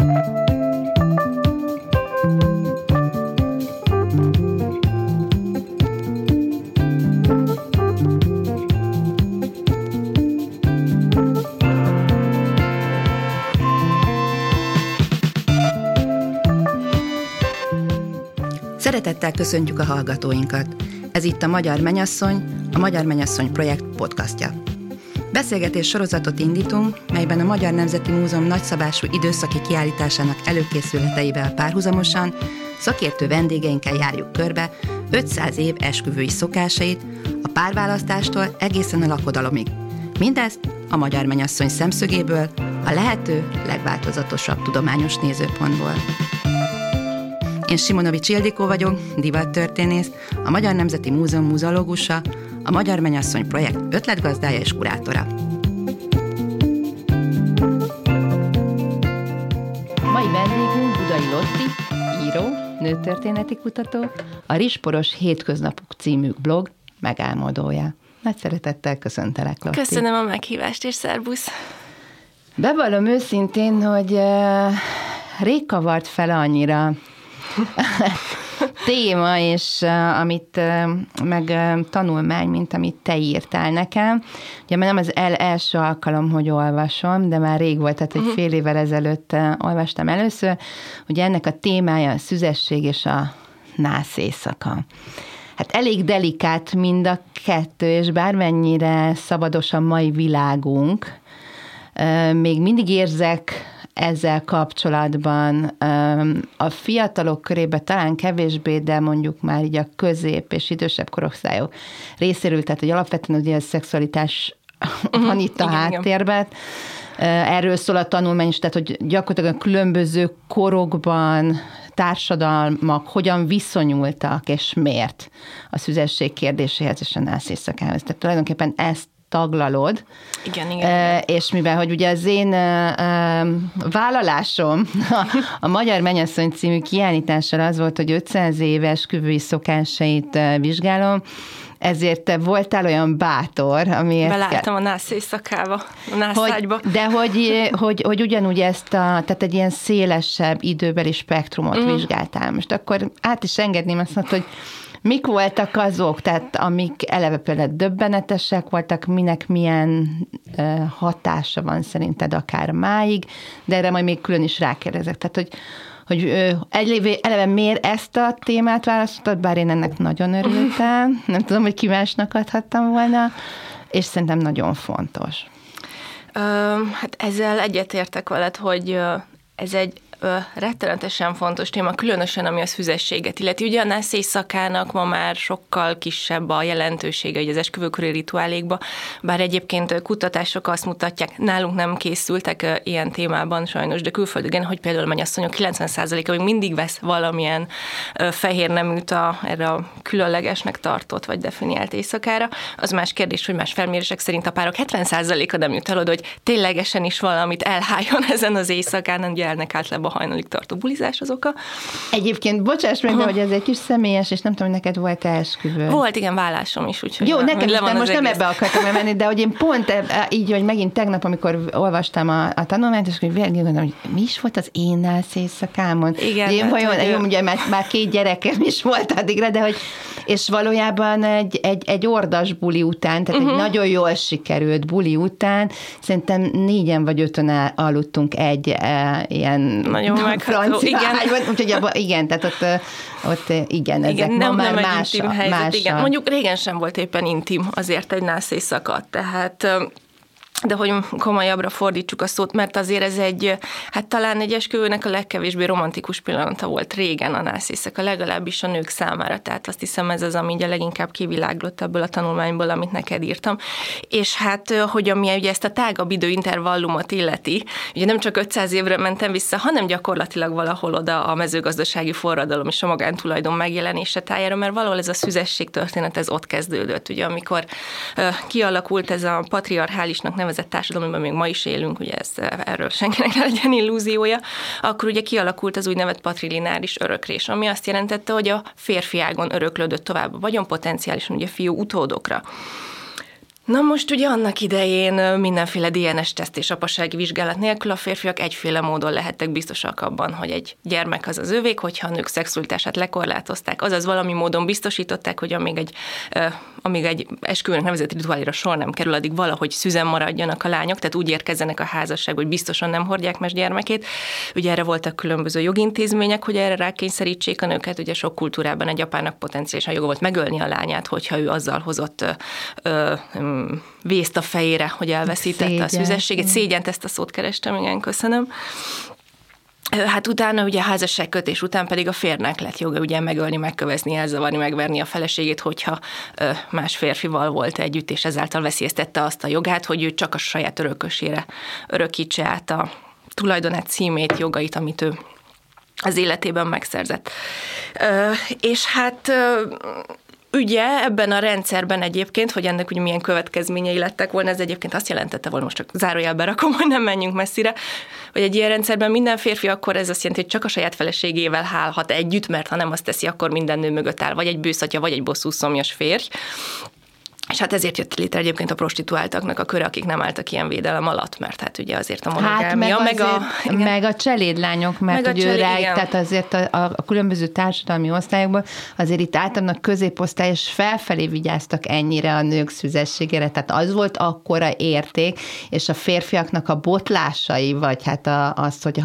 Szeretettel köszöntjük a hallgatóinkat. Ez itt a Magyar Mennyasszony, a Magyar Mennyasszony projekt podcastja. Beszélgetés sorozatot indítunk, melyben a Magyar Nemzeti Múzeum nagyszabású időszaki kiállításának előkészületeivel párhuzamosan szakértő vendégeinkkel járjuk körbe 500 év esküvői szokásait, a párválasztástól egészen a lakodalomig. Mindezt a Magyar Mennyasszony szemszögéből, a lehető legváltozatosabb tudományos nézőpontból. Én Simonovics Ildikó vagyok, divattörténész, a Magyar Nemzeti Múzeum muzeológusa, a Magyar Mennyasszony projekt ötletgazdája és kurátora. Mai vendégünk Budai Lotti, író, nőtörténeti kutató, a Rizsporos Hétköznapok című blog megálmodója. Nagy szeretettel köszöntelek, Lotti. Köszönöm a meghívást, és szervusz! Bevallom őszintén, hogy rég kavart fel annyira téma, és amit meg tanulmány, mint amit te írtál nekem. Ugye nem az első alkalom, hogy olvasom, de már rég volt, tehát egy fél évvel ezelőtt olvastam először. Ugye ennek a témája a szüzesség és a nász éjszaka. Hát elég delikát mind a kettő, és bármennyire szabados a mai világunk, még mindig érzek ezzel kapcsolatban a fiatalok körében talán kevésbé, de mondjuk már így a közép és idősebb korosztályok részéről, tehát hogy alapvetően ugye a szexualitás van itt a háttérben. Erről szól a tanulmány is, tehát hogy gyakorlatilag a különböző korokban társadalmak hogyan viszonyultak és miért a szüzesség kérdéséhez és a nász éjszakához. Tehát tulajdonképpen ezt taglalod. Igen. És mivel, hogy ugye az én vállalásom a Magyar Mennyasszony című kiállítással az volt, hogy 500 éves esküvői szokásait vizsgálom, ezért te voltál olyan bátor, amiért... Beláttam a nász éjszakába, a nászágyba. De hogy ugyanúgy ezt tehát egy ilyen szélesebb időbeli spektrumot vizsgáltál. Most akkor át is engedném azt, hogy mik voltak azok, tehát amik eleve például döbbenetesek voltak, minek milyen hatása van szerinted akár máig, de erre majd még külön is rákérdezek. Tehát, hogy eleve miért ezt a témát választottad, bár én ennek nagyon örültem, nem tudom, hogy ki másnak adhattam volna, és szerintem nagyon fontos. Hát ezzel egyetértek veled, hogy ez egy rettenetesen fontos téma, különösen ami a szüzességet illeti. Ugye a nász éjszakának ma már sokkal kisebb a jelentősége az esküvőkori rituálékban, bár egyébként kutatások azt mutatják, nálunk nem készültek ilyen témában sajnos, de külföldön, hogy például a mennyasszonyok 90%-a még mindig vesz valamilyen fehér neműt erre a különlegesnek tartott vagy definiált éjszakára. Az más kérdés, hogy más felmérések szerint a párok 70%-a nem jut el oda, hogy ténylegesen is valamit elháljon ezen az éjszakán, ugye elnek át le a hajnalig tartó bulizás az oka. Egyébként, bocsáss meg, de hogy ez egy kis személyes, és nem tudom, hogy neked volt-e esküvő. Volt, igen, vállásom is, úgyhogy... Jó, nekem is, de most nem ebbe akartam menni, de hogy én pont így, hogy megint tegnap, amikor olvastam a tanulmányt, és hogy végig gondolom, hogy mi is volt az én nász éjszakámon. Igen. Én vajon, ugye már 2 gyerekem is volt addigra, de hogy, és valójában egy ordas buli után, tehát egy nagyon jól sikerült buli után, szerintem 4-en vagy 5-en aludtunk egy ilyen francia ágyban, úgyhogy igen, tehát ott igen, ezek igen, ma már nem más. Intim helyzet, igen. Mondjuk régen sem volt éppen intim azért egy nász éjszaka, tehát de hogy komolyabbra fordítsuk a szót, mert azért ez hát talán egy esküvőnek a legkevésbé romantikus pillanata volt régen a nász éjszaka, legalábbis a nők számára, tehát azt hiszem ez az, ami ugye leginkább kiviláglott ebből a tanulmányból, amit neked írtam. És hát, hogy ami ugye ezt a tágabb időintervallumot illeti, ugye nem csak 500 évre mentem vissza, hanem gyakorlatilag valahol oda a mezőgazdasági forradalom és a magántulajdon megjelenése tájára, mert valahol ez a szüzesség történet, ez ott kezdődött, ugye amikor kialakult ez a patriarchálisnak nevezett társadalom, amiben még ma is élünk, ugye erről senkinek ne legyen illúziója, akkor ugye kialakult az úgynevezett patrilináris öröklés, ami azt jelentette, hogy a férfi ágon öröklődött tovább a vagyon potenciálisan ugye fiú utódokra. Na most ugye annak idején mindenféle DNS-teszt és apasági vizsgálat nélkül a férfiak egyféle módon lehettek biztosak abban, hogy egy gyermek az az övék, hogyha a nők szexualitását lekorlátozták, azaz valami módon biztosították, hogy amíg egy esküvőnek nevezett rituálira sor nem kerül, addig valahogy szüzen maradjanak a lányok, tehát úgy érkezzenek a házasságba, hogy biztosan nem hordják meg gyermekét. Ugye erre voltak különböző jogintézmények, hogy erre rákényszerítsék a nőket. Ugye sok kultúrában egy apának potenciálisan joga volt megölni a lányát, hogyha ő azzal hozott vészt a fejére, hogy elveszítette a szüzességet. Szégyent, ezt a szót kerestem, igen, köszönöm. Hát utána ugye házasságkötés után pedig a férnek lett joga ugye megölni, megkövezni, elzavarni, megverni a feleségét, hogyha más férfival volt együtt, és ezáltal veszélyeztette azt a jogát, hogy ő csak a saját örökösére örökítse át a tulajdonát, címét, jogait, amit ő az életében megszerzett. És hát ugye ebben a rendszerben egyébként, hogy ennek ugye milyen következményei lettek volna, ez egyébként azt jelentette volna, most csak zárójelbe rakom, hogy nem menjünk messzire, hogy egy ilyen rendszerben minden férfi akkor ez azt jelenti, hogy csak a saját feleségével hálhat együtt, mert ha nem azt teszi, akkor minden nő mögött áll, vagy egy bőszatya, vagy egy bosszúszomjas férj. És hát ezért jött létre egyébként a prostituáltaknak a köre, akik nem álltak ilyen védelem alatt, mert hát ugye azért a monogámia, meg a cselédlányok, mert ugye tehát azért a különböző társadalmi osztályokban azért itt általában a középosztály és felfelé vigyáztak ennyire a nők szüzességére, tehát az volt akkora érték, és a férfiaknak a botlásai, vagy hát az, hogy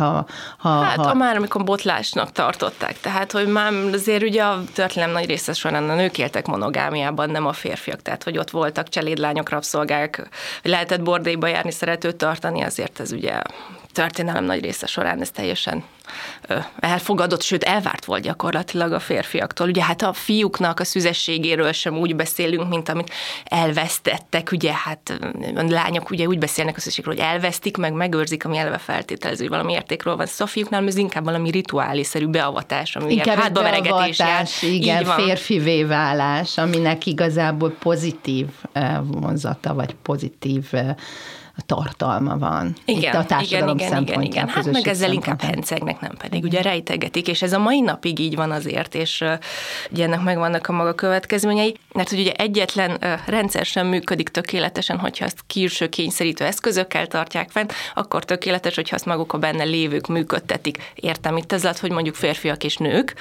már amikor botlásnak tartották, tehát hogy már azért ugye a történelem nagy része során a nők éltek monogámiában, nem a férfiak, tehát hogy ott voltak cselédlányok, rabszolgák, lehetett bordélyba járni, szeretőt tartani, azért ez ugye történelem nagy része során ez teljesen elfogadott, sőt elvárt volt gyakorlatilag a férfiaktól. Ugye hát a fiúknak a szüzességéről sem úgy beszélünk, mint amit elvesztettek, ugye hát a lányok ugye úgy beszélnek a szüzességről, hogy elvesztik, meg megőrzik, ami eleve feltételező, hogy valami értékről van. Szóval a fiúknál ez inkább valami rituáliszerű beavatás, ami inkább hátba veregetés jár. Igen, férfivé válás, aminek igazából pozitív vonzata, vagy pozitív tartalma van. Igen, itt a társadalom igen. Hát meg ezzel inkább hencegnek, nem pedig. Ugye rejtegetik, és ez a mai napig így van azért, és ugye ennek megvannak a maga következményei, mert hogy ugye egyetlen rendszer sem működik tökéletesen, hogyha ezt külső kényszerítő eszközökkel tartják fent, akkor tökéletes, hogyha azt maguk a benne lévők működtetik. Értem itt az, hogy mondjuk férfiak és nők,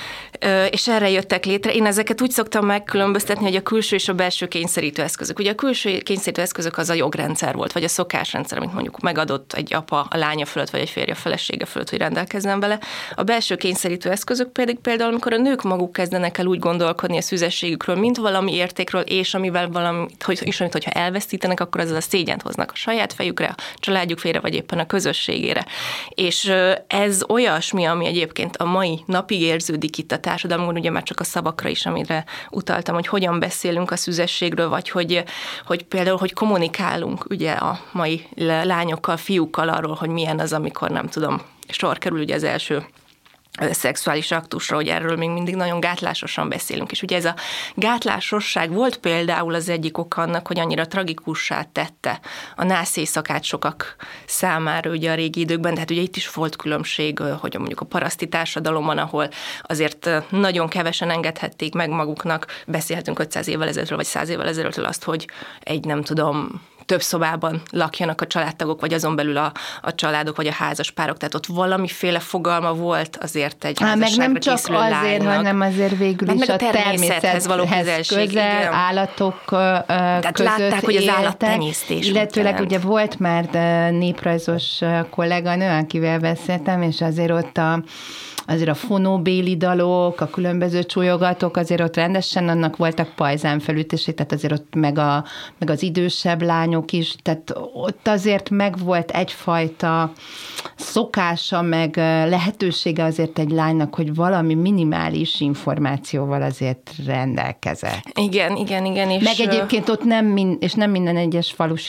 és erre jöttek létre. Én ezeket úgy szoktam megkülönböztetni, hogy a külső és a belső kényszerítő eszközök. Ugye a külső kényszerítő eszközök az a jogrendszer volt, vagy a szokásrendszer, amit mondjuk megadott egy apa a lánya fölött, vagy egy férje a felesége fölött, hogy rendelkezzen vele. A belső kényszerítő eszközök pedig például, amikor a nők maguk kezdenek el úgy gondolkodni a szüzességükről, mint valami értékről, és amivel amit, hogyha elvesztítenek, akkor azzal a szégyent hoznak a saját fejükre, a családjuk félre, vagy éppen a közösségére. És ez olyasmi, ami egyébként a mai napig érződik itt a társadalomban, ugye már csak a szavakra is, amire utaltam, hogy hogyan beszélünk a szüzességről, vagy hogy például, hogy kommunikálunk ugye a mai lányokkal, fiúkkal arról, hogy milyen az, amikor nem tudom, sor kerül ugye az első szexuális aktusra, hogy erről még mindig nagyon gátlásosan beszélünk. És ugye ez a gátlásosság volt például az egyik oka annak, hogy annyira tragikussá tette a nász éjszakát sokak számára ugye a régi időkben, de hát ugye itt is volt különbség, hogy mondjuk a paraszti társadalomban, ahol azért nagyon kevesen engedhették meg maguknak, beszélhetünk 500 évvel ezelőttről, vagy 100 évvel ezelőttről azt, hogy egy nem tudom, több szobában lakjanak a családtagok, vagy azon belül a családok, vagy a házas párok. Tehát ott valamiféle fogalma volt azért egy házasságra készülő lánynak. Meg nem csak azért, hanem azért végül is a természethez való közel, állatok tehát között látták, hogy az állattenyésztés. Illetőleg ugye volt már néprajzos kolléganő, akivel beszéltem, és azért ott azért a fonóbéli dalok, a különböző csúlyogatók, azért ott rendesen annak voltak pajzánfelütésé, tehát azért ott meg az idősebb lányok is, tehát ott azért megvolt egyfajta szokása, meg lehetősége azért egy lánynak, hogy valami minimális információval azért rendelkezett. Igen. És meg egyébként ott nem minden egyes falusi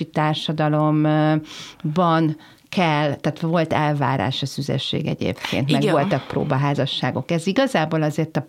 társadalomban tehát volt elvárás a szüzesség egyébként, meg voltak próbaházasságok. Ez igazából azért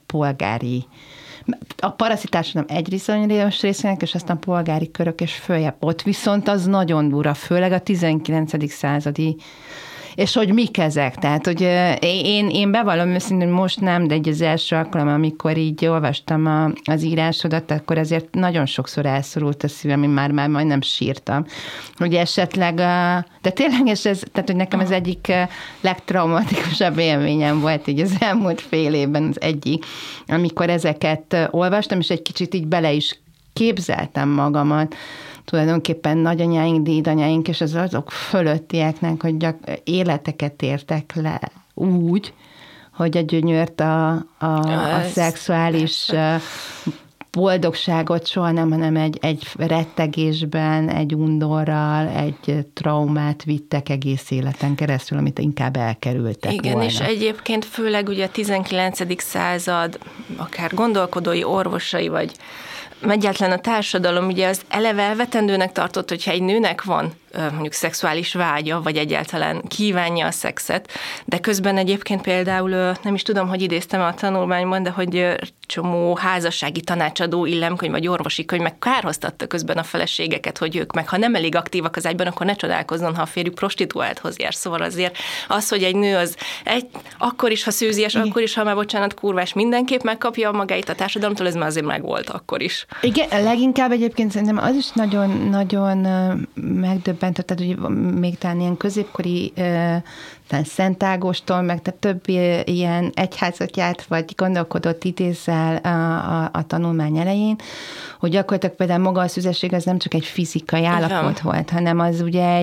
a paraszti társadalom egy bizonyos részének, és aztán polgári körök és följebb. Ott viszont az nagyon durva, főleg a 19. századi és hogy mik ezek. Tehát, hogy én bevallom őszintén, most nem, de egy az első alkalom, amikor így olvastam az írásodat, akkor azért nagyon sokszor elszorult a szívem, én már majdnem sírtam. Hogy esetleg, de tényleg, és ez, tehát, hogy nekem az egyik legtraumatikusabb élményem volt így az elmúlt fél évben az egyik, amikor ezeket olvastam, és egy kicsit így bele is képzeltem magamat, tulajdonképpen nagyanyáink, dédanyáink, és azok fölöttieknek, hogy életeket értek le úgy, hogy a gyönyört, a szexuális boldogságot soha nem, hanem egy rettegésben, egy undorral, egy traumát vittek egész életen keresztül, amit inkább elkerültek Igen, volna. És egyébként főleg ugye a 19. század, akár gondolkodói, orvosai, vagy egyáltalán a társadalom ugye az eleve elvetendőnek tartott, hogyha egy nőnek van mondjuk szexuális vágya, vagy egyáltalán kívánja a szexet, de közben egyébként például, nem is tudom, hogy idéztem a tanulmányban, de hogy csomó házassági tanácsadó illemkönyv, vagy orvosi könyv meg kárhoztatta közben a feleségeket, hogy ők meg, ha nem elég aktívak az ágyban, akkor ne csodálkozzon, ha a férjük prostituálthoz jár. Szóval azért az, hogy egy nő az akkor is, ha szűzies, akkor is, ha már bocsánat, kurvás, mindenképp megkapja magáit a társadalomtól, ez már azért megvolt akkor is. Igen, leginkább egyébként szerintem az is nagyon megdöbbentett, tehát hogy még talán ilyen középkori Szent Ágostól, meg tehát több ilyen egyházat járt, vagy gondolkodott idézzel a tanulmány elején, hogy gyakorlatilag például maga a szüzesség az nem csak egy fizikai állapot volt, hanem az ugye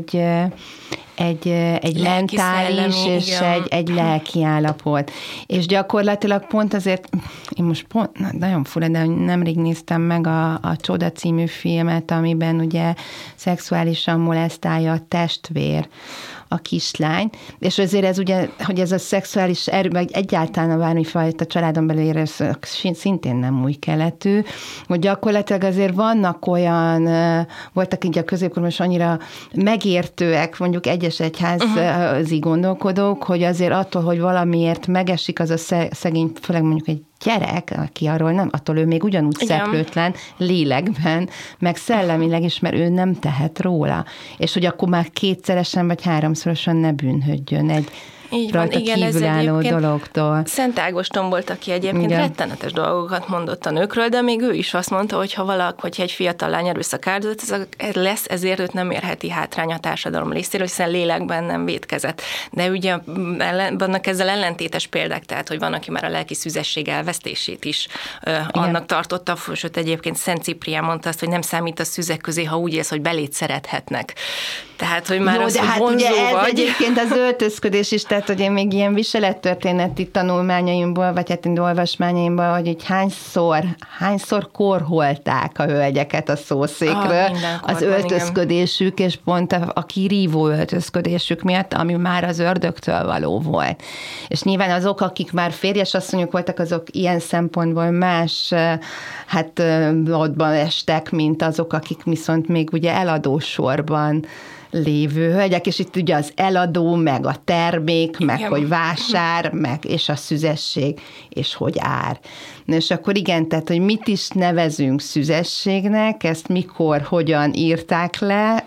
egy mentális és egy lelki állapot. És gyakorlatilag pont azért, én most nagyon fura, de nemrég néztem meg a Csoda című filmet, amiben ugye szexuálisan molesztálja a testvér a kislány, és azért ez ugye, hogy ez a szexuális erő, vagy egyáltalán a bármifajta családon belül erőszak szintén nem új keletű, hogy gyakorlatilag azért vannak olyan, voltak így a középkorban is annyira megértőek, mondjuk egyes egyházi gondolkodók, hogy azért attól, hogy valamiért megesik az a szegény, főleg mondjuk egy gyerek, aki arról nem, attól ő még ugyanúgy szeplőtlen lélekben, meg szellemileg is, mert ő nem tehet róla. És hogy akkor már kétszeresen vagy háromszorosan ne bűnhődjön egy így van, igen, kívülálló dologtól. Szent Ágoston volt, aki egyébként rettenetes dolgokat mondott a nőkről, de még ő is azt mondta, hogy hogyha egy fiatal lány erőszak áldozat ez lesz, ezért őt nem érheti hátrány a társadalom részéről, hiszen lélekben nem vétkezett. De ugye vannak ezzel ellentétes példák, tehát, hogy van, aki már a lelki szüzesség elvesztését is annak tartotta, sőt egyébként Szent Ciprián mondta azt, hogy nem számít a szüzek közé, ha úgy élsz, hogy belét szerethetnek. Tehát, hogy már az, de hát vonzó ugye ez vagy. egyébként az öltözködés is, tehát, hogy én még ilyen viselettörténeti tanulmányaimból, vagy hát olvasmányaimból, hogy hányszor korholták a hölgyeket a szószékről, az öltözködésük, és pont a kirívó öltözködésük miatt, ami már az ördögtől való volt. És nyilván azok, akik már férjes asszonyok voltak, azok ilyen szempontból más ottban estek, mint azok, akik viszont még ugye eladósorban lévő hölgyek, és itt ugye az eladó, meg a termék, meg igen, hogy vásár, meg és a szüzesség, és hogy ár. És akkor igen, tehát, hogy mit is nevezünk szüzességnek, ezt mikor, hogyan írták le,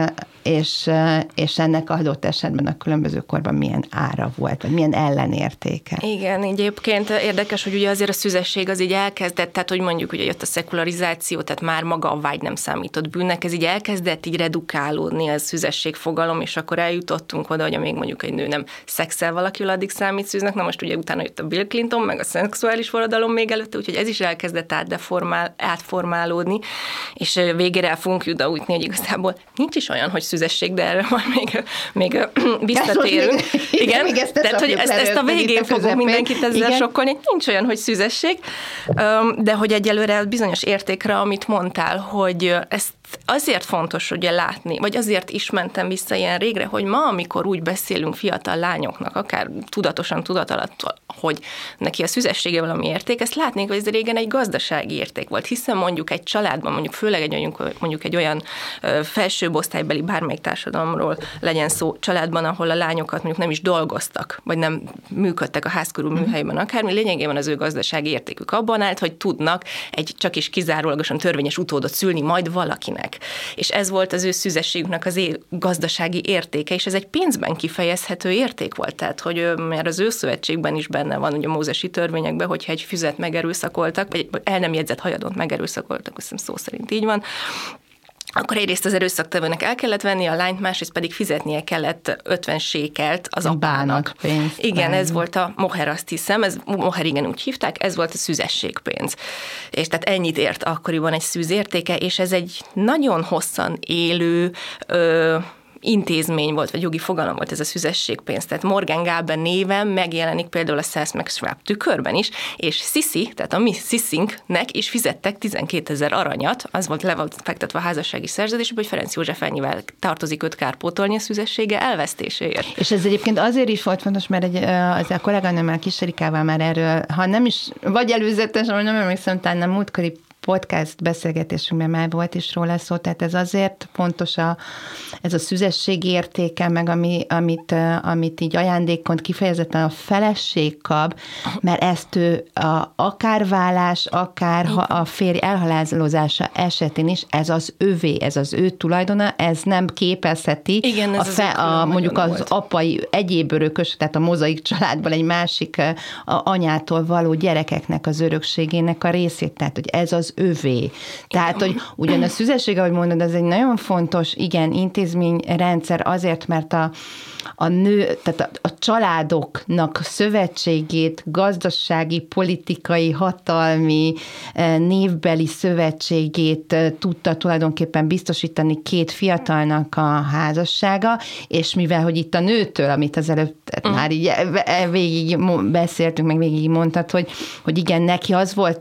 és ennek adott esetben a különböző korban milyen ára volt, vagy milyen ellenértéke. Igen, egyébként érdekes, hogy ugye azért a szüzesség az így elkezdett, tehát hogy mondjuk ugye jött a szekularizáció, tehát már maga a vágy nem számított bűnnek, ez így elkezdett így redukálódni a szüzesség fogalom, és akkor eljutottunk oda, hogy még mondjuk egy nő nem szexel valakivel, addig számít szűznek, na most ugye utána jött a Bill Clinton, meg a szexuális forradalom még előtte, úgyhogy ez is elkezdett átformálódni, és végére el fogunk jutni, hogy igazából nincs is olyan, hogy szüzesség, de erről majd még visszatérünk. Igen, tehát hogy ezt a végén fogunk mindenkit ezzel sokkolni. Nincs olyan, hogy szüzesség, de hogy egyelőre bizonyos értékre, amit mondtál, hogy ezt azért fontos ugye látni, vagy azért is mentem vissza ilyen régre, hogy ma, amikor úgy beszélünk fiatal lányoknak, akár tudatosan, tudatalatt, hogy neki a szüzessége valami érték, ezt látnék, hogy ez régen egy gazdasági érték volt, hiszen mondjuk egy családban, mondjuk főleg egy olyan felsőbb osztálybeli bármelyik társadalomról legyen szó családban, ahol a lányokat mondjuk nem is dolgoztak, vagy nem működtek a ház körül műhelyben akármi, lényegében az ő gazdasági értékük abban állt, hogy tudnak egy csak is kizárólagosan törvényes utódot szülni majd valakinek. férfinek. És ez volt az ő szüzességüknek az gazdasági értéke, és ez egy pénzben kifejezhető érték volt. Tehát, hogy már az ő szövetségben is benne van, ugye a mózesi törvényekben, hogyha egy füzet megerőszakoltak, vagy el nem jegyzett hajadont megerőszakoltak, azt hiszem szó szerint így van, akkor egyrészt az erőszaktevőnek el kellett venni a lányt, másrészt pedig fizetnie kellett 50 sékelt az apának. Igen, ez volt a moher, azt hiszem, moher igen úgy hívták, ez volt a szüzességpénz. És tehát ennyit ért akkoriban egy szűz értéke, és ez egy nagyon hosszan élő intézmény volt, vagy jogi fogalom volt ez a szüzességpénz. Tehát Morgan Gaben néven megjelenik például a Sales Max Schwab tükörben is, és Sissi, tehát a mi Sissinknek is fizettek 12 000 aranyat, az volt le volt fektetve a házassági szerződésbe, hogy Ferenc József ennyivel tartozik őt kárpótolni a szüzessége elvesztéséért. És ez egyébként azért is volt fontos, mert az a kolléganőmmel, Kis Erikával már erről, ha nem is, vagy előzetesen, vagy nem emlékszem, talán nem múltkori podcast beszélgetésünkben már volt is róla szó, tehát ez azért fontos ez a szüzesség értéke, meg amit így ajándékont kifejezetten a feleség kap, mert ezt ő akár vállás, akár a férj elhalálozása esetén is, ez az övé, ez az ő tulajdona, ez nem képezheti. Igen, mondjuk az apai egyéb örökös, tehát a mozaik családból egy másik anyától való gyerekeknek az örökségének a részét, tehát hogy ez az övé. Tehát, hogy ugyan a szüzesség, ahogy mondod, az egy nagyon fontos, igen, intézményrendszer azért, mert a nő, tehát a családoknak szövetségét, gazdasági, politikai, hatalmi, névbeli szövetségét tudta tulajdonképpen biztosítani két fiatalnak a házassága, és mivel, hogy itt a nőtől, amit az előbb már így végig beszéltünk, meg végig mondtad, hogy igen, neki az volt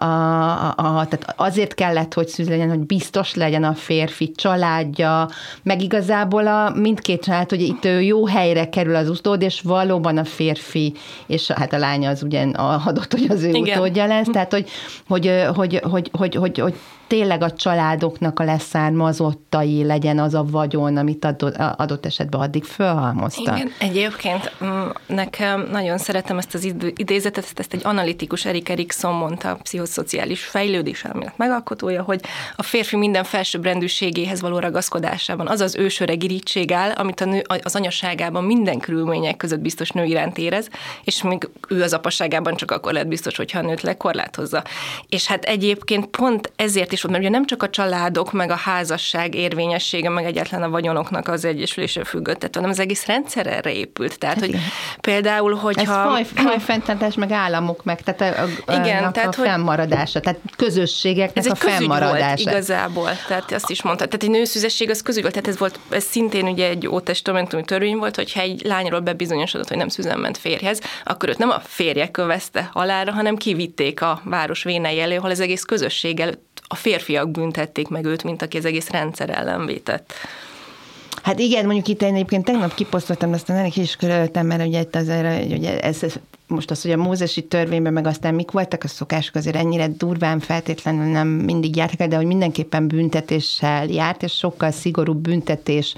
tehát azért kellett, hogy szűz legyen, hogy biztos legyen a férfi családja, meg igazából mindkét család, hogy itt jó helyre kerül az utód, és valóban a férfi, és hát a lánya az ugyan adott, hogy az ő utódja lesz, tehát hogy tényleg a családoknak a leszármazottai legyen az a vagyon, amit adott esetben addig fölhalmozta. Igen, egyébként nekem nagyon szeretem ezt az idézetet, ezt egy analitikus Erik Erikson mondta, a pszichoszociális fejlődés elmélet megalkotója, hogy a férfi minden felsőbbrendűségéhez való ragaszkodásában az az ősöreg irigység áll, amit a nő az anyaságában minden körülmények között biztos nő iránt érez, és még ő az apaságában csak akkor lehet biztos, hogyha a nőt lekorlátozza. És hát egyébként pont ezért is volt, mert ugye nem csak a családok, meg a házasság érvényessége, meg egyáltalán a vagyonoknak az egyesülése függött, hanem az egész rendszer erre épült. Tehát, hogy például, hogyha... Ez fajfenntartás, meg államok, meg tehát a fennmaradása, tehát közösségeknek a fennmaradása. Ez egy igazából, tehát azt is mondta. Tehát egy nőszüzesség az közügy volt, ez szintén ugye egy ótestamentumi törvény volt, hogyha egy lányról bebizonyosodott, hogy nem szüzen ment férjhez, akkor őt nem a férje kövezte halálra, hanem kivitték a város vénei elé, ahol az egész közösség előtt a férfiak büntették meg őt, mint aki az egész rendszer ellen vétett. Hát igen, mondjuk itt én egyébként tegnap kiposztoltam, aztán ennek is körülöttem, mert ugye itt azért, ugye ez most az, hogy a mózesi törvényben meg aztán mik voltak a szokások, azért ennyire durván feltétlenül nem mindig jártak, de hogy mindenképpen büntetéssel járt, és sokkal szigorúbb büntetés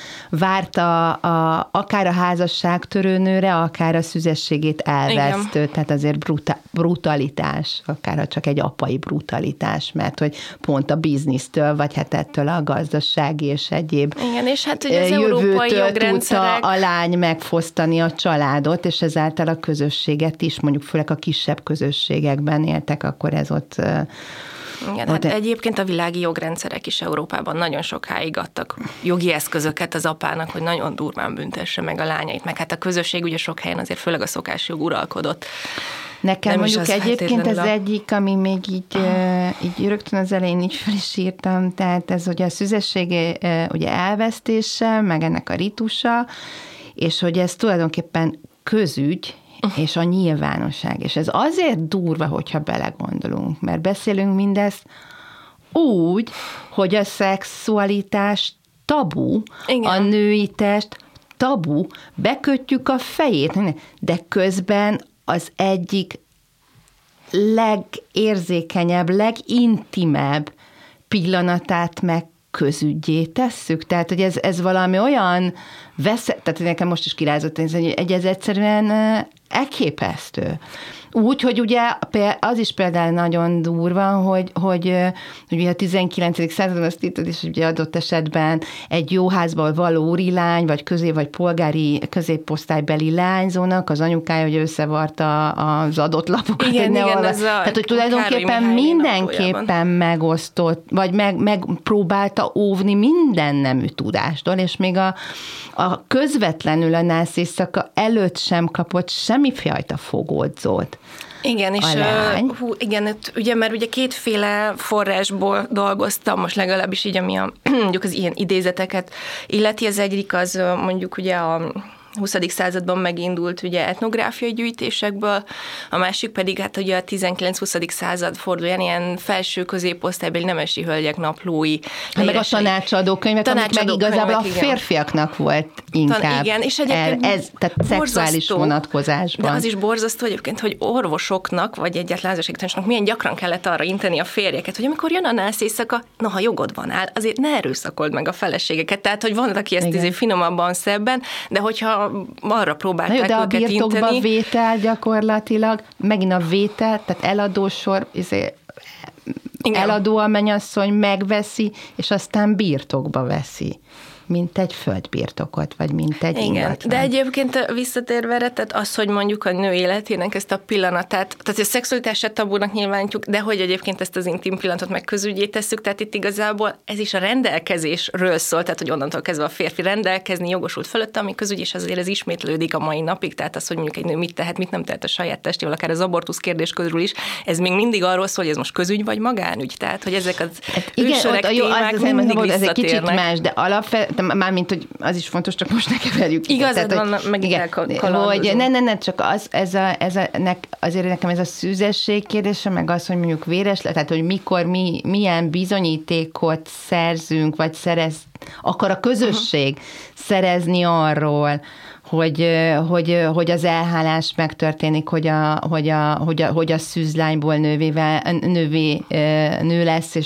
várta akár a házasságtörőnőre, akár a szüzességét elvesztő, igen. Tehát azért brutalitás, akár csak egy apai brutalitás, mert hogy pont a biznisztől, vagy hát ettől a gazdasági és egyéb igen, és hát ugye az európai jogrendszerek... tudta a lány megfosztani a családot, és ezáltal a közösséget is, mondjuk főleg a kisebb közösségekben éltek, akkor ez ott... Igen, hát egyébként a világi jogrendszerek is Európában nagyon sokáig adtak jogi eszközöket az apának, hogy nagyon durván büntesse meg a lányait, meg hát a közösség ugye sok helyen azért főleg a szokásjog uralkodott. Nekem nem mondjuk egyébként ez egyik, ami még így rögtön az elején így fel is írtam, tehát ez ugye a szüzesség ugye elvesztése, meg ennek a ritusa, és hogy ez tulajdonképpen közügy, és a nyilvánosság. És ez azért durva, hogyha belegondolunk, mert beszélünk mindezt úgy, hogy a szexualitás tabu, igen. A női test tabu, bekötjük a fejét, de közben az egyik legérzékenyebb, legintimebb pillanatát meg közügyé tesszük. Tehát, hogy ez valami olyan tehát nekem most is kirázott, hogy ez egyszerűen elképesztő. Úgy, hogy ugye az is például nagyon durva, hogy ugye a 19. században azt írtad is, hogy ugye adott esetben egy jó házból való úrilány, vagy polgári középosztálybeli lányzónak az anyukája, hogy összevarta az adott lapokat. Igen, tehát, hogy tulajdonképpen mindenképpen megosztott, vagy megpróbálta óvni minden nemű tudástól, és még a közvetlenül a nász éjszaka előtt sem kapott semmifajta fogódzót. Igen, és igen, ugye, mert ugye kétféle forrásból dolgoztam, most legalábbis így, ami mondjuk az ilyen idézeteket illeti. Az egyik az mondjuk ugye a 20. században megindult ugye etnográfiai gyűjtésekből, a másik pedig hát ugye a 19-20. század fordulóján ilyen felső középosztálybeli nemesi hölgyek naplói. Meg a tanácsadó könyvek, amik meg igazából a férfiaknak volt inkább. Igen, és egyébként tehát szexuális vonatkozásban. De az is borzasztó egyébként, hogy orvosoknak, vagy egyáltalán házasságtanácsnak milyen gyakran kellett arra inteni a férjeket, hogy amikor jön a nász éjszaka, ha jogod van áll, azért ne erőszakold meg a feleségeket. Tehát, hogy van, aki ezt finomabban, szebben, de hogyha arra próbálták őket inteni. De a birtokba vétel gyakorlatilag, megint a vétel, tehát eladósor, eladó a mennyasszony megveszi, és aztán birtokba veszi, mint egy földbirtokot, vagy mint egy ingatlan. De egyébként visszatérve erre, tehát az, hogy mondjuk a nő életének ezt a pillanatát, tehát a szexualitását tabúnak nyilvánítjuk, de hogy egyébként ezt az intim pillanatot meg közügyé tesszük, tehát itt igazából ez is a rendelkezésről szól, tehát hogy onnantól kezdve a férfi rendelkezni jogosult fölötte, ami közügy, és azért ez ismétlődik a mai napig, tehát az, hogy mondjuk egy nő mit tehet, mit nem tehet a saját testével, akár az abortusz kérdés körül is, ez még mindig arról szól, hogy ez most közügy vagy magánügy, tehát hogy ezek az ősöreg témák mindig visszatérnek. Ez egy kicsit más, de mármint, hogy az is fontos, csak most ne keverjük. Igazad van, meg hogy ne, csak azért nekem ez a szűzesség kérdése, meg az, hogy mondjuk véres, tehát, hogy mikor milyen bizonyítékot szerzünk, vagy akar a közösség szerezni arról, hogy az elhálás megtörténik, hogy a szűzlányból nő lesz,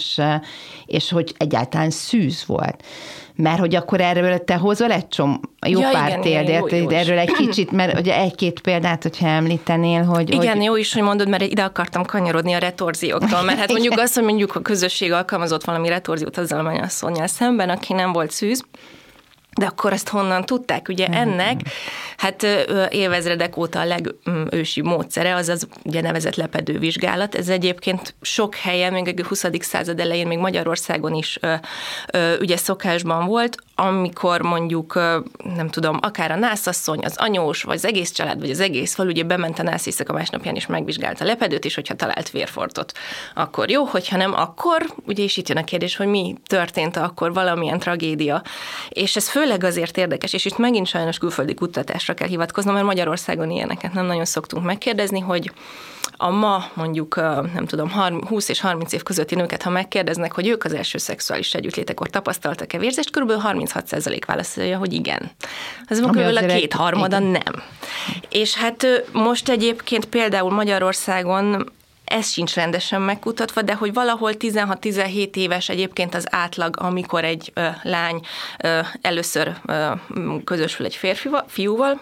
és hogy egyáltalán szűz volt. Mert hogy akkor erről te hozol egy pár példát, erről egy kicsit, mert ugye egy-két példát, hogyha említenél, hogy... Igen, jó is, hogy mondod, mert ide akartam kanyarodni a retorzióktól, mert hát mondjuk azt, hogy mondjuk a közösség alkalmazott valami retorziót azzal a mennyasszonnyal szemben, aki nem volt szűz, de akkor ezt honnan tudták? Ugye ennek, hát évezredek óta a legősibb módszere, az ugye nevezett lepedővizsgálat. Ez egyébként sok helyen, még a 20. század elején, még Magyarországon is ugye szokásban volt, amikor mondjuk, nem tudom, akár a nászasszony, az anyós, vagy az egész család, vagy az egész falu ugye bement a nász éjszaka másnapján is megvizsgálta a lepedőt, és hogyha talált vérfoltot, akkor jó, hogyha nem, akkor ugye is itt jön a kérdés, hogy mi történt akkor, valamilyen tragédia. És ez főleg azért érdekes, és itt megint sajnos külföldi kutatásra kell hivatkoznom, mert Magyarországon ilyeneket nem nagyon szoktunk megkérdezni, hogy a ma mondjuk, nem tudom, 20 és 30 év közötti nőket, ha megkérdeznek, hogy ők az első szexuális együttlétekor tapasztaltak-e vérzést, kb. 36% válaszolja, hogy igen. Az kb. A kétharmada nem. És hát most egyébként például Magyarországon ez sincs rendesen megkutatva, de hogy valahol 16-17 éves egyébként az átlag, amikor egy lány először közösül egy fiúval,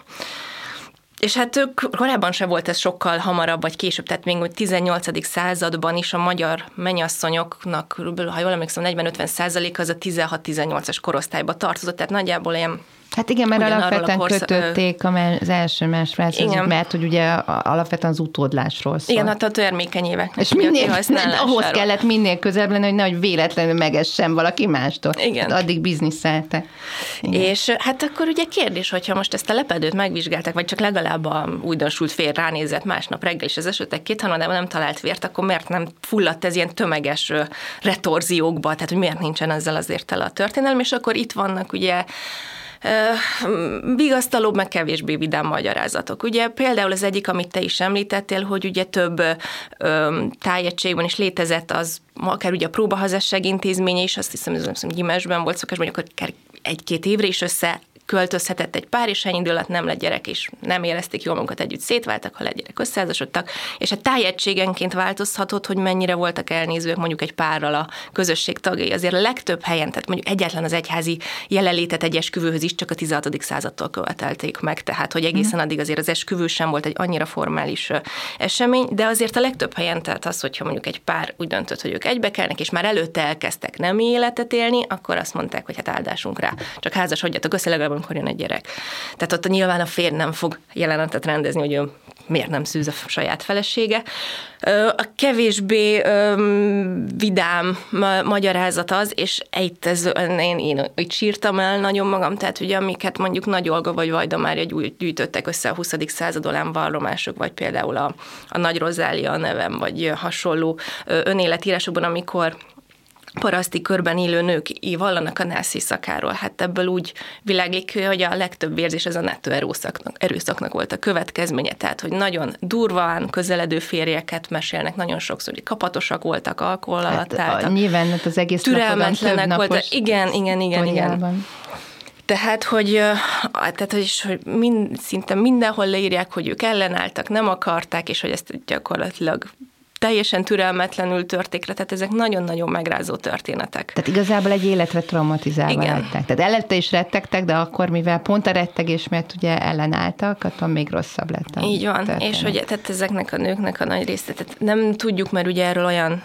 és hát ők korábban se volt ez sokkal hamarabb, vagy később, tehát még 18. században is a magyar mennyasszonyoknak, ha jól emlékszem, 40-50% az a 16-18-as korosztályba tartozott, tehát nagyjából ilyen. Hát igen, mert alapvetően kötötték az első másodpercet, mert hogy ugye alapvetően az utódlásról szól. Igen, hát a termékeny évek. És ahhoz kellett minél közelebb lenni, hogy nehogy véletlenül megessen valaki mástól. Igen. Hát addig bizniszelte. És hát akkor ugye kérdés, hogyha most ezt a lepedőt megvizsgálták, vagy csak legalább a újdonsult fér ránézett másnap reggel, és az esetek kétharmadában nem talált vért, akkor miért nem fulladt ez ilyen tömeges retorziókba, tehát hogy miért nincsen ezzel azért tele a történelem, és akkor itt vannak ugye vigasztalóbb, meg kevésbé vidám magyarázatok. Ugye például az egyik, amit te is említettél, hogy ugye több tájegységben is létezett az, akár ugye a próbaházasság intézménye is, azt hiszem, Gyimesben volt szokás, hogy akkor 1-2 évre is költözhetett egy pár, és ennyi idő alatt nem lett gyerek, és nem érezték jól magukat, együtt szétváltak, ha lett gyerek, összeházasodtak, és a tájegységenként változhatott, hogy mennyire voltak elnézőek mondjuk egy párral a közösség tagjai. Azért a legtöbb helyen, tehát mondjuk egyáltalán az egyházi jelenlétet egy esküvőhöz is csak a 16. századtól követelték meg, tehát hogy egészen addig azért az esküvő sem volt egy annyira formális esemény, de azért a legtöbb helyen, tehát az, hogyha mondjuk egy pár úgy döntött, hogy ők egybekelnek, és már előtte elkezdtek nemi életet élni, akkor azt mondták, hogy hát áldásunk rá, csak házasodjatok össze, legalább amikor jön egy gyerek. Tehát ott nyilván a férj nem fog jelenetet rendezni, hogy ő miért nem szűz a saját felesége. A kevésbé vidám magyarázat az, és én így sírtam el nagyon magam, tehát ugye amiket mondjuk Nagy Olga vagy Vajda Mária gyűjtöttek össze a 20. századolán vallomások, vagy például a Nagy Rozália nevem, vagy hasonló önéletírásokban, amikor paraszti körben élő nők vallanak a nászészakáról. Hát ebből úgy világlik, hogy a legtöbb érzés az a nettó erőszaknak volt a következménye. Tehát, hogy nagyon durván közeledő férjeket mesélnek, nagyon sokszor kapatosak voltak, alkohol alatt álltak. Nyilván az egész türelmetlenek voltak. Igen. Tehát, hogy szinte mindenhol leírják, hogy ők ellenálltak, nem akarták, és hogy ezt gyakorlatilag teljesen türelmetlenül törték le, tehát ezek nagyon-nagyon megrázó történetek. Tehát igazából egy életre traumatizálva lettek. Tehát előtte is rettegtek, de akkor, mivel pont a rettegés, mert ugye ellenálltak, attól még rosszabb lett. Így van, történet. És hogy tehát ezeknek a nőknek a nagy része, tehát nem tudjuk, mert ugye erről olyan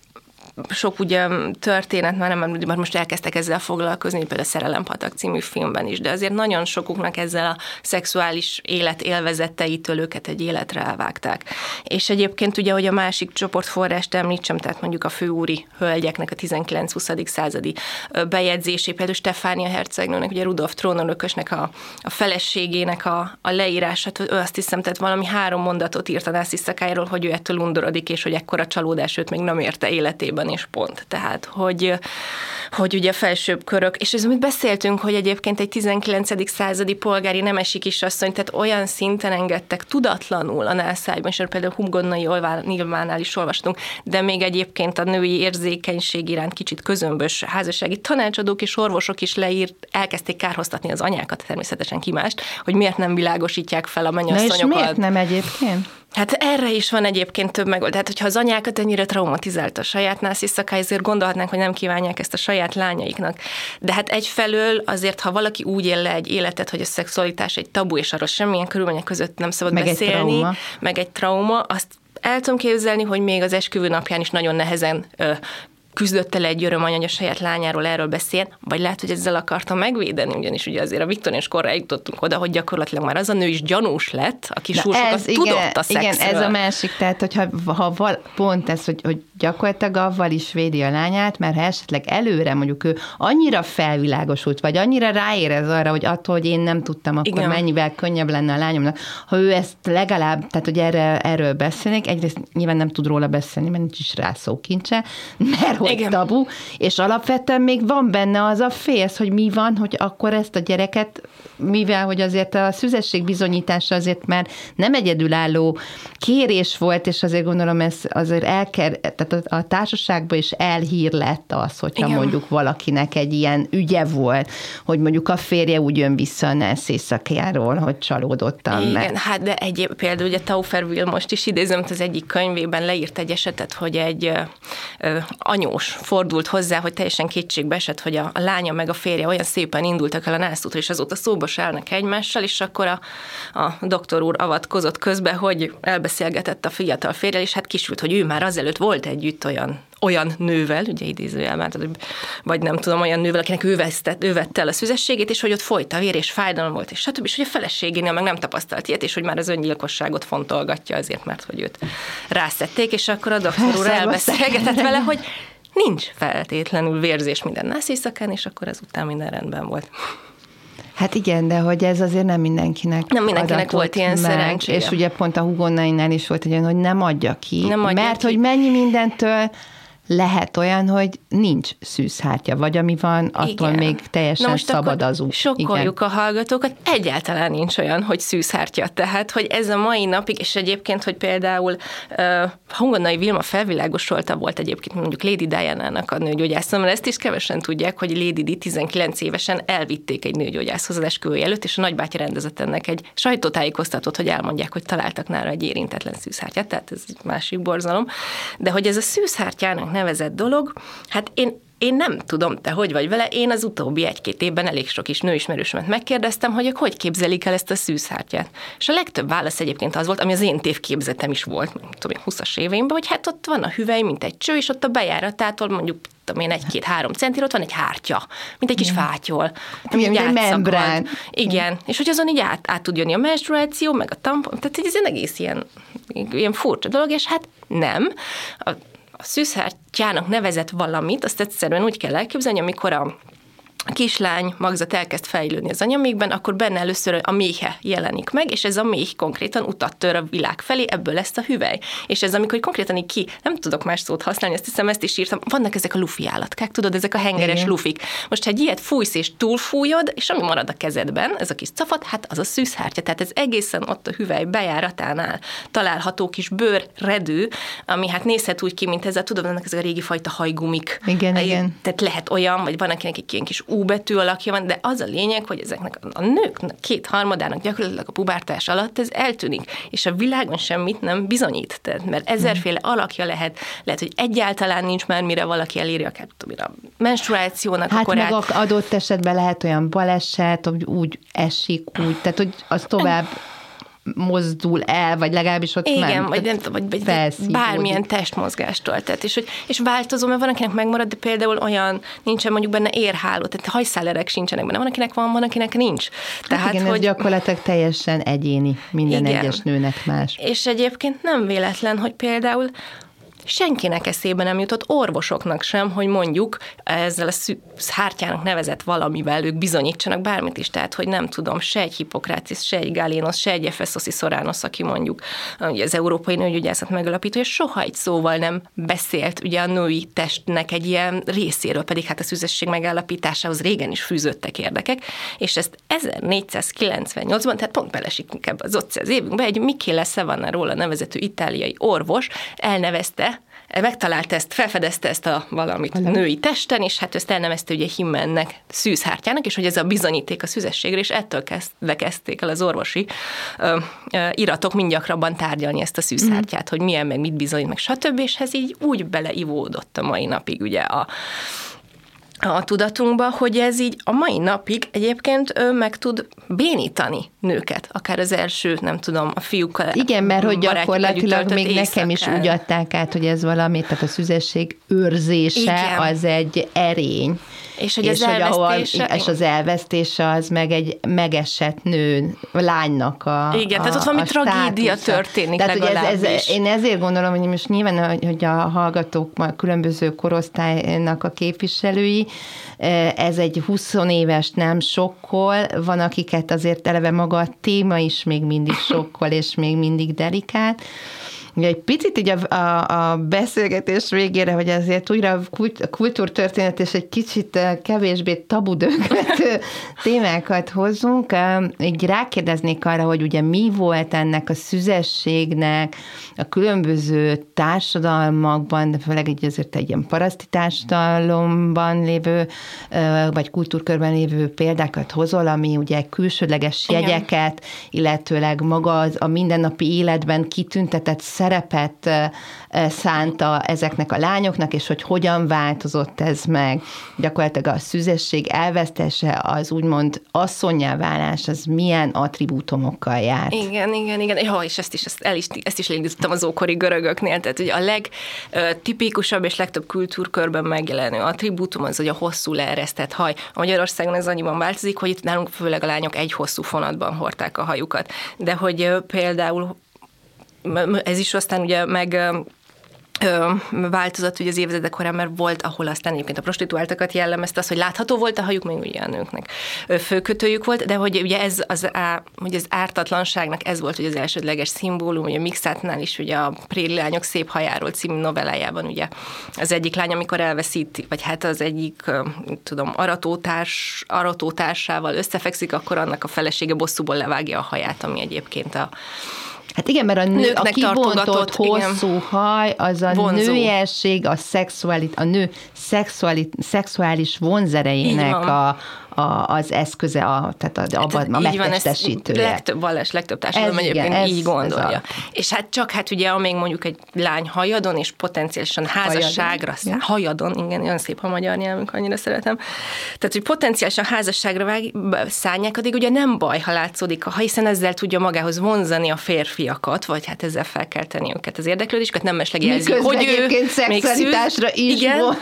sok ugye történet, már nem, mert most elkezdtek ezzel foglalkozni, például a Szerelempatak című filmben is, de azért nagyon sokuknak ezzel a szexuális élet élvezeteitől őket egy életre elvágták. És egyébként ugye, hogy a másik csoportforrást említsem, tehát mondjuk a főúri hölgyeknek a 19-20. századi bejegyzésé, például Stefánia hercegnőnek, ugye Rudolf trónörökösnek a feleségének a leírását, ő azt hiszem, tehát valami 3 mondatot írt a násziszakájáról, hogy ő ettől undorodik, és hogy ekkora csalódás őt még nem érte életében, és pont. Tehát, hogy ugye a felsőbb körök, és ez, amit beszéltünk, hogy egyébként egy 19. századi polgári nemesi kisasszony, tehát olyan szinten engedtek tudatlanul a nászájban, és például Humgonnai Nilvánál is olvastunk, de még egyébként a női érzékenység iránt kicsit közömbös házassági tanácsadók és orvosok is elkezdték kárhoztatni az anyákat, természetesen ki mást, hogy miért nem világosítják fel a mennyasszonyokat. Na és miért nem egyébként? Hát erre is van egyébként több megoldás. Tehát, hogyha az anyákat ennyire traumatizálta a saját násziszakály, ezért gondolhatnánk, hogy nem kívánják ezt a saját lányaiknak. De hát egyfelől azért, ha valaki úgy él le egy életet, hogy a szexualitás egy tabu, és arról semmilyen körülmények között nem szabad beszélni, meg egy trauma, azt el tudom képzelni, hogy még az esküvő napján is nagyon nehezen küzdött el egy örömanya, hogy a saját lányáról erről beszél, vagy lehet, hogy ezzel akarta megvédeni, ugyanis ugye azért a viktoriánus korra jutottunk oda, hogy gyakorlatilag már az a nő is gyanús lett, aki sokat tudott a szexről. Igen, ez a másik, tehát hogyha pont ez, hogy gyakorlatilag avval is védi a lányát, mert ha esetleg előre mondjuk ő annyira felvilágosult, vagy annyira ráérez arra, hogy attól, hogy én nem tudtam, akkor igen, mennyivel könnyebb lenne a lányomnak, ha ő ezt legalább, tehát hogy erről beszélnék, egyrészt nyilván nem tud róla beszélni, mert nincs is rá szókincse, mert hogy tabu, és alapvetően még van benne az a félsz, hogy mi van, hogy akkor ezt a gyereket, mivel hogy azért a szüzesség bizonyítása azért már nem egyedülálló kérés volt, és azért gondolom ez azért tehát a társaságban is elhír lett az, hogyha igen, mondjuk valakinek egy ilyen ügye volt, hogy mondjuk a férje úgy jön vissza a nász éjszakjáról, hogy csalódottan meg. Igen, hát de például ugye Tauferville most is idézem, az egyik könyvében leírt egy esetet, hogy egy anyós fordult hozzá, hogy teljesen kétségbe esett, hogy a lánya meg a férje olyan szépen indultak el a nászútra, és azóta szóba se állnak egymással, és akkor a doktor úr avatkozott közbe, hogy elbeszélgetett a fiatal férjel, és hát kisült, hogy ő már azelőtt volt együtt olyan nővel, ugye idézőjelben, vagy nem tudom, olyan nővel, akinek ő vette el a szüzességét, és hogy ott folyt a vér, és fájdalom volt, és stb. És hogy a feleségénél meg nem tapasztalt ilyet, és hogy már az öngyilkosságot fontolgatja azért, mert hogy őt rászették, és akkor a doktor úr elbeszélgetett vele, hogy nincs feltétlenül vérzés minden nász éjszakán, és akkor ezután minden rendben volt. Hát igen, de hogy ez azért nem mindenkinek volt ilyen szerencséje. És ugye pont a Hugonnainál is volt egy olyan, hogy nem adja ki, mert hogy mennyi mindentől lehet olyan, hogy nincs szűzhártya, vagy ami van, attól igen. még teljesen szabad az út. Sokkoljuk a hallgatókat, egyáltalán nincs olyan, hogy szűzhártya. Tehát, hogy ez a mai napig, és egyébként, hogy például Hungonnai Vilma felvilágosolta volt egyébként mondjuk Lady Diana-nak a nőgyógyászon, mert ezt is kevesen tudják, hogy Lady Di 19 évesen elvitték egy nőgyógyászhoz az esküvője előtt, és a nagybátyja rendezett ennek egy sajtótájékoztatót, hogy elmondják, hogy találtak nála egy érintetlen szűzhártyát, tehát ez másik borzalom. De hogy ez a szűzhártyának nevezett dolog, hát én nem tudom, te hogy vagy vele, én az utóbbi 1-2 évben elég sok is nőismerősömet megkérdeztem, hogy ők hogy képzelik el ezt a szűzhártyát. És a legtöbb válasz egyébként az volt, ami az én tévképzetem is volt, nem tudom, 20-as éveimben, hogy hát ott van a hüvely, mint egy cső, és ott a bejáratától mondjuk 1-2-3 centire, ott van egy hártya, mint egy kis fátyol. Mint egy membrán. Igen, és hogy azon így át tud jönni a menstruáció, meg a tampon, tehát ez egy egész ilyen furcsa dolog, és hát nem. A szűzhártyának nevezett valamit, azt egyszerűen úgy kell elképzelni, amikor a kislány magzat elkezd fejlődni az anyamékben, akkor benne először a méhe jelenik meg, és ez a méh konkrétan utat tör a világ felé, ebből lesz a hüvely. És ez amikor konkrétan így nem tudok más szót használni, azt hiszem, ezt is írtam, vannak ezek a lufi állatkák, tudod, ezek a hengeres igen. lufik. Most, ha egy ilyet fújsz és túlfújod, és ami marad a kezedben, ez a kis cafat, hát az a szűzhártya. Tehát ez egészen ott a hüvely bejáratánál található kis bőrredő, ami hát nézhet úgy ki, mint ez tudod, ennek ezek a régi fajta hajgumik. Igen. Tehát lehet olyan, vagy van akinek egy ilyen kis U betű alakja van, de az a lényeg, hogy ezeknek a nőknek 2/3 gyakorlatilag a pubártás alatt ez eltűnik, és a világon semmit nem bizonyít, tehát, mert ezerféle alakja lehet, hogy egyáltalán nincs már, mire valaki eléri akár a menstruációnak a korát. Hát meg adott esetben lehet olyan baleset, hogy úgy esik, tehát hogy az tovább mozdul el, vagy legalábbis ott igen, nem. Vagy bármilyen testmozgástól. Tehát, és változó, mert van, akinek megmarad, de például olyan nincsen mondjuk benne érháló, tehát hajszálerek sincsenek benne, van, akinek van, akinek nincs. Tehát, igen, ez gyakorlatilag teljesen egyéni, minden igen. egyes nőnek más. És egyébként nem véletlen, hogy például senkinek eszébe nem jutott, orvosoknak sem, hogy mondjuk ezzel a szűzhártyának nevezett valamivel ők bizonyítsanak bármit is, tehát hogy nem tudom, se egy Hippokrates, se egy Galénosz, se egy Ephesosi Soránosz, aki mondjuk az európai nőgyógyászat megalapítója, soha egy szóval nem beszélt ugye a női testnek egy ilyen részéről, pedig hát a szűzesség megállapításához régen is fűződtek érdekek, és ezt 1498-ban, tehát pont belesikünk ebbe az 500 évünkbe, egy Michele Savonarola nevezetű itáliai orvos elnevezte, megtalálta ezt, felfedezte ezt a valamit női testen, és hát ezt elnevezte ugye Himmennek, szűzhártyának, és hogy ez a bizonyíték a szűzességre, és ettől kezdték el az orvosi iratok mind gyakrabban tárgyalni ezt a szűzhártyát, hogy milyen, meg mit bizonyít, meg stb., és ez így úgy beleivódott a mai napig ugye a tudatunkba, hogy ez így a mai napig egyébként meg tud bénítani nőket, akár az első, nem tudom, a fiúkkal. Igen, mert hogy gyakorlatilag még nekem is úgy adták át, hogy ez valami, tehát a szüzesség őrzése igen. az egy erény. És hogy az elvesztése az meg egy megesett nő, lánynak igen, tehát ott valami tragédia történik tehát, legalábbis. Én ezért gondolom, hogy most nyilván, hogy a hallgatók a különböző korosztálynak a képviselői, ez egy 20 éves nem sokkol, van akiket azért eleve maga a téma is még mindig sokkol, és még mindig delikát. Egy picit így a beszélgetés végére, hogy azért újra a kultúrtörténet és egy kicsit kevésbé tabudöglető témákat hozzunk. Így rákérdeznék arra, hogy ugye mi volt ennek a szüzességnek a különböző társadalmakban, de főleg így azért egy ilyen paraszti társadalomban lévő, vagy kultúrkörben lévő példákat hozol, ami ugye külsődleges jegyeket, illetőleg maga a mindennapi életben kitüntetett szerepet szánta ezeknek a lányoknak, és hogy hogyan változott ez meg. Gyakorlatilag a szüzesség elvesztése, az úgymond asszonnyá válás, az milyen attribútumokkal járt. Igen. Ja, és ezt is elindítottam az ókori görögöknél, tehát ugye a legtipikusabb és legtöbb kultúrkörben megjelenő attribútum az, hogy a hosszú leeresztett haj. A Magyarországon ez annyiban változik, hogy itt nálunk főleg a lányok egy hosszú fonatban hordták a hajukat. De hogy például ez is aztán ugye változott ugye az évezredek korán, mert volt, ahol aztán egyébként a prostituáltakat jellemezte az, hogy látható volt a hajuk, még ugye a nőknek főkötőjük volt, de hogy ugye ez hogy az ártatlanságnak ez volt ugye az elsődleges szimbólum, ugye Mixátnál is ugye a Préli lányok szép hajáról című novellájában ugye az egyik lány, amikor elveszít, vagy hát az egyik, aratótársával összefekszik, akkor annak a felesége bosszúból levágja a haját, ami egyébként Hát igen, mert a kibontott hosszú haj, az a vonzó. nőiesség, a nő szexuális vonzerejének az eszköze, tehát a megtestesítője. Legtöbb társadalom egyébként így gondolja. És hát ugye, amíg mondjuk egy lány hajadon, és potenciálisan házasságra hajadon, igen, olyan szép a magyar nyelvünk, annyira szeretem. Tehát, hogy potenciálisan házasságra szánják, addig ugye nem baj, ha látszódik a haj, hiszen ezzel tudja magához vonzani a férfiakat, vagy hát ezzel felkelteni őket az érdeklődésüket, nem mesleg jelzik, hogy ő egyébként szexualitásra is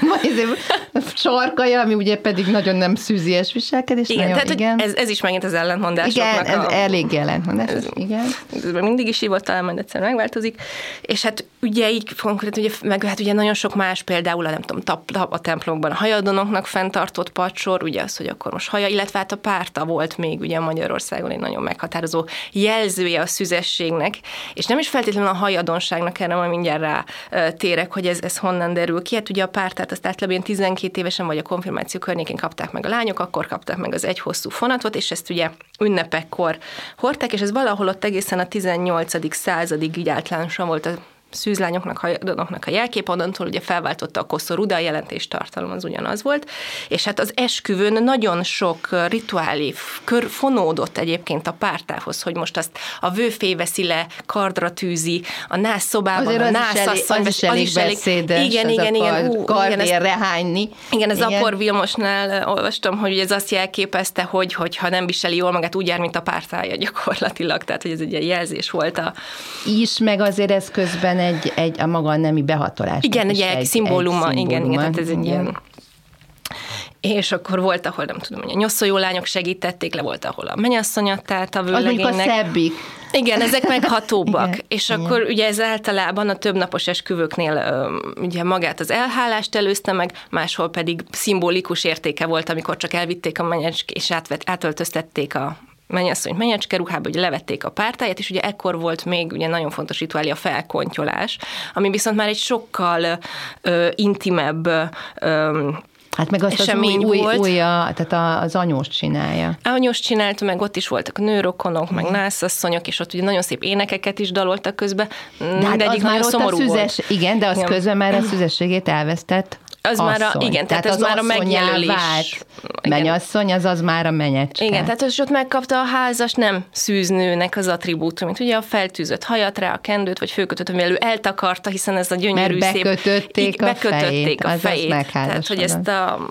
sarkalja, ami ugye pedig nagyon nem szűzies viselkedés. Igen, tehát ez is megint az ellentmondásoknak. Igen, ez elég ellentmondás, igen. Ez mindig is így volt, talán majd egyszer megváltozik. És hát ugye így konkrétan, meg hát ugye nagyon sok más, például a templomokban a hajadonoknak fenntartott padsor, ugye az, hogy akkor most haja, illetve hát a párta volt még ugye Magyarországon egy nagyon meghatározó jelzője a szüzességnek, és nem is feltétlenül a hajadonságnak, erre majd mindjárt rá térek, hogy ez honnan derül ki. Hát ugye a pártát azt általában 12 évesen vagy a konfirmáció környékén kapták meg a lányok, akkor kapták meg az egy hosszú fonatot, és ezt ugye ünnepekkor hordták, és ez valahol ott egészen a 18. századig így általánosan volt a szűzlányoknak, hajadonoknak a jelkép, onnantól ugye felváltotta a koszorú, de a jelentéstartalom az ugyanaz volt, és hát az esküvőn nagyon sok rituálé fonódott egyébként a pártához, hogy most azt a vőfé veszi le, kardra tűzi, a nász szobában, a nászasszony, az is elég beszédes, igen, kardérre hányni. Igen, az Apor Vilmosnál olvastam, hogy ez azt jelképezte, hogy ha nem viseli jól magát, úgy jár, mint a pártája gyakorlatilag, tehát hogy ez egy jelzés volt is, meg azért ez közben a maga nemi behatolás. Igen, egy szimbóluma, igen, tehát ez egy ilyen. És akkor volt, ahol nem tudom, hogy a nyoszójó lányok segítették le, volt, ahol a mennyasszony adta át a vőlegénynek. Az mondjuk a szebbik. Igen, ezek meghatóbbak. Igen, és igen. Akkor ugye ez általában a többnapos esküvőknél ugye magát az elhálást előzte meg, máshol pedig szimbolikus értéke volt, amikor csak elvitték a menyecskét, és átöltöztették a mennyasszonyt mennyecske ruhába, hogy levették a pártáját, és ugye ekkor volt még ugye nagyon fontos rituálé a felkontyolás, ami viszont már egy sokkal intimebb hát meg azt az új tehát az anyós csinálja. Anyós csinálta, meg ott is voltak nőrokonok, meg nászasszonyok, és ott ugye nagyon szép énekeket is daloltak közben. De hát az már szomorú volt. Igen, de az közben már a szüzességét elvesztett. Az asszony. Már igen, tehát ez már a megjelölés. Mennyasszony, az már a menyecske. Igen, tehát az ott megkapta a házas nem szűznőnek az attribútumit, ugye a feltűzött hajat rá, a kendőt, vagy főkötőt, amivel ő eltakarta, hiszen ez a gyönyörű mert bekötötték a fejét. Tehát, hogy ezt a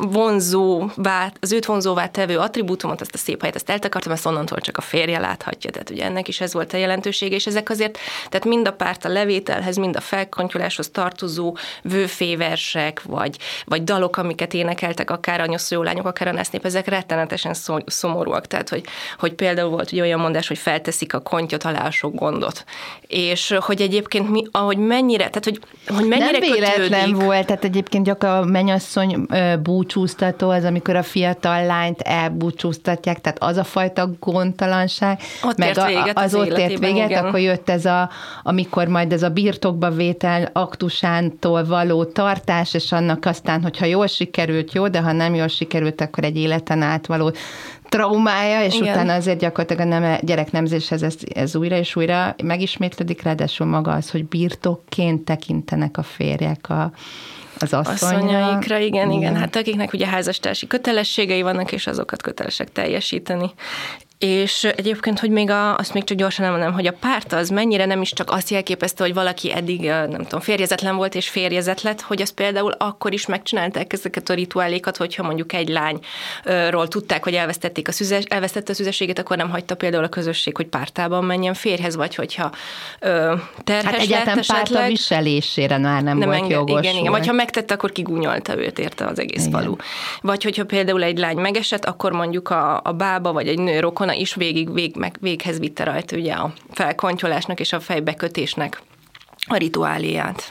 az őt vonzóvá tevő attribútumot, azt a szép hajat, ezt eltakartam, ezt onnantól csak a férje láthatja. Tehát ugye ennek is ez volt a jelentősége, és ezek azért, tehát mind a párt a levételhez, mind a felkontyoláshoz tartozó vőféversek, vagy dalok, amiket énekeltek, akár a nyoszójó lányok, akár a násznép, ezek rettenetesen szomorúak. Tehát, hogy például volt ugye olyan mondás, hogy felteszik a kontyot alá a sok gondot. És hogy egyébként ahogy mennyire, tehát hogy mennyire nem véletlen kötődik. volt, tehát egyébként csak a mennyasszony búcsúztató, az, amikor a fiatal lányt elbúcsúztatják, tehát az a fajta gondtalanság. Ott meg ért véget az ott ért véget, igen. Akkor jött amikor majd ez a birtokba vétel aktusántól való tartás, és annak aztán, hogyha jól sikerült, jó, de ha nem jól sikerült, akkor egy életen át való traumája, és igen. Utána azért gyakorlatilag a gyereknemzéshez ez újra és újra megismétlődik, ráadásul maga az, hogy birtokként tekintenek a férjek az asszonyaikra, igen. Hát akiknek ugye házastársi kötelességei vannak, és azokat kötelesek teljesíteni. És egyébként, hogy azt még csak gyorsan elmondom, hogy a párt az mennyire nem is csak azt jelképezte, hogy valaki eddig, nem tudom, férjezetlen volt és férjezet lett, hogy azt például akkor is megcsinálták ezeket a rituálékat, hogyha mondjuk egy lányról tudták, hogy elvesztette a szüzességét, akkor nem hagyta például a közösség, hogy pártában menjen férjhez, vagy hogyha terhes hát egyáltalán lett esetleg. Párta viselésére már nem volt jogos. Igen, vagy ha megtette, akkor kigúnyolta őt, érte az egész falu. Vagy hogyha például egy lány megesett, akkor mondjuk a bába vagy egy nő rokona is véghez vitte rajta ugye a felkontyolásnak és a fejbekötésnek a rituáliát.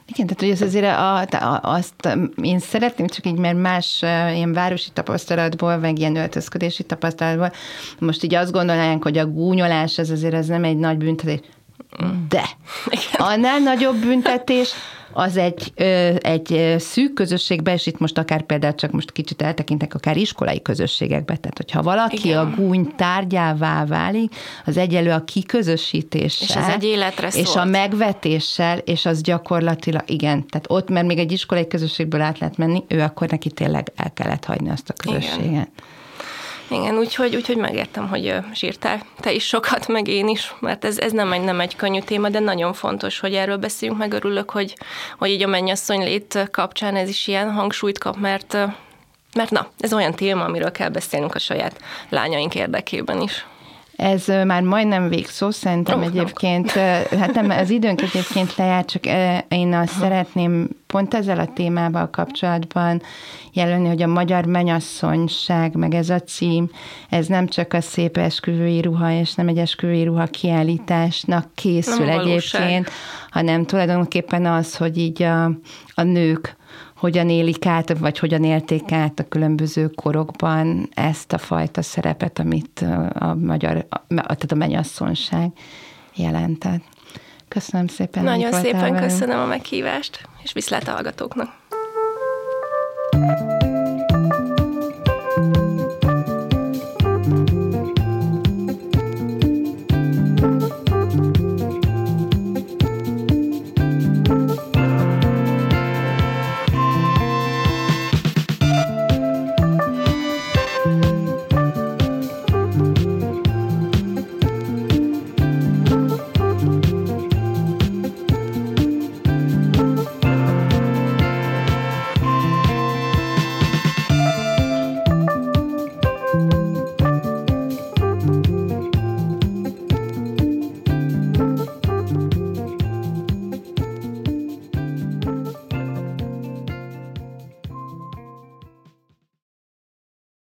Igen, tehát hogy ez azért azt én szeretném, csak így, mert más ilyen városi tapasztalatból, meg ilyen öltözködési tapasztalatból, most így azt gondolnánk, hogy a gúnyolás ez azért ez nem egy nagy büntetés. De annál nagyobb büntetés az egy szűk közösségbe, és itt most akár például csak most kicsit eltekintek, akár iskolai közösségekbe, tehát hogyha valaki a gúny tárgyává válik, az egyenlő a kiközösítéssel. És ez egy életre szólt. És a megvetéssel, és az gyakorlatilag, igen, tehát ott, mert még egy iskolai közösségből át lehet menni, ő akkor neki tényleg el kellett hagyni azt a közösséget. Igen, úgyhogy megértem, hogy sírtál te is sokat, meg én is, mert ez nem egy könnyű téma, de nagyon fontos, hogy erről beszéljünk, meg örülök, hogy így a mennyasszony lét kapcsán ez is ilyen hangsúlyt kap, mert na, ez olyan téma, amiről kell beszélnünk a saját lányaink érdekében is. Ez már majdnem végszó, szerintem egyébként, hát nem, az időnk egyébként lejárt, csak én azt szeretném pont ezzel a témával kapcsolatban jelölni, hogy a magyar mennyasszonyság, meg ez a cím, ez nem csak a szép esküvői ruha, és nem egy esküvői ruha kiállításnak készül egyébként, hanem tulajdonképpen az, hogy így a nők hogyan élik át, vagy hogyan élték át a különböző korokban ezt a fajta szerepet, amit tehát a mennyasszonyság jelentett. Köszönöm szépen. Nagyon szépen köszönöm a meghívást, és viszlát a hallgatóknak.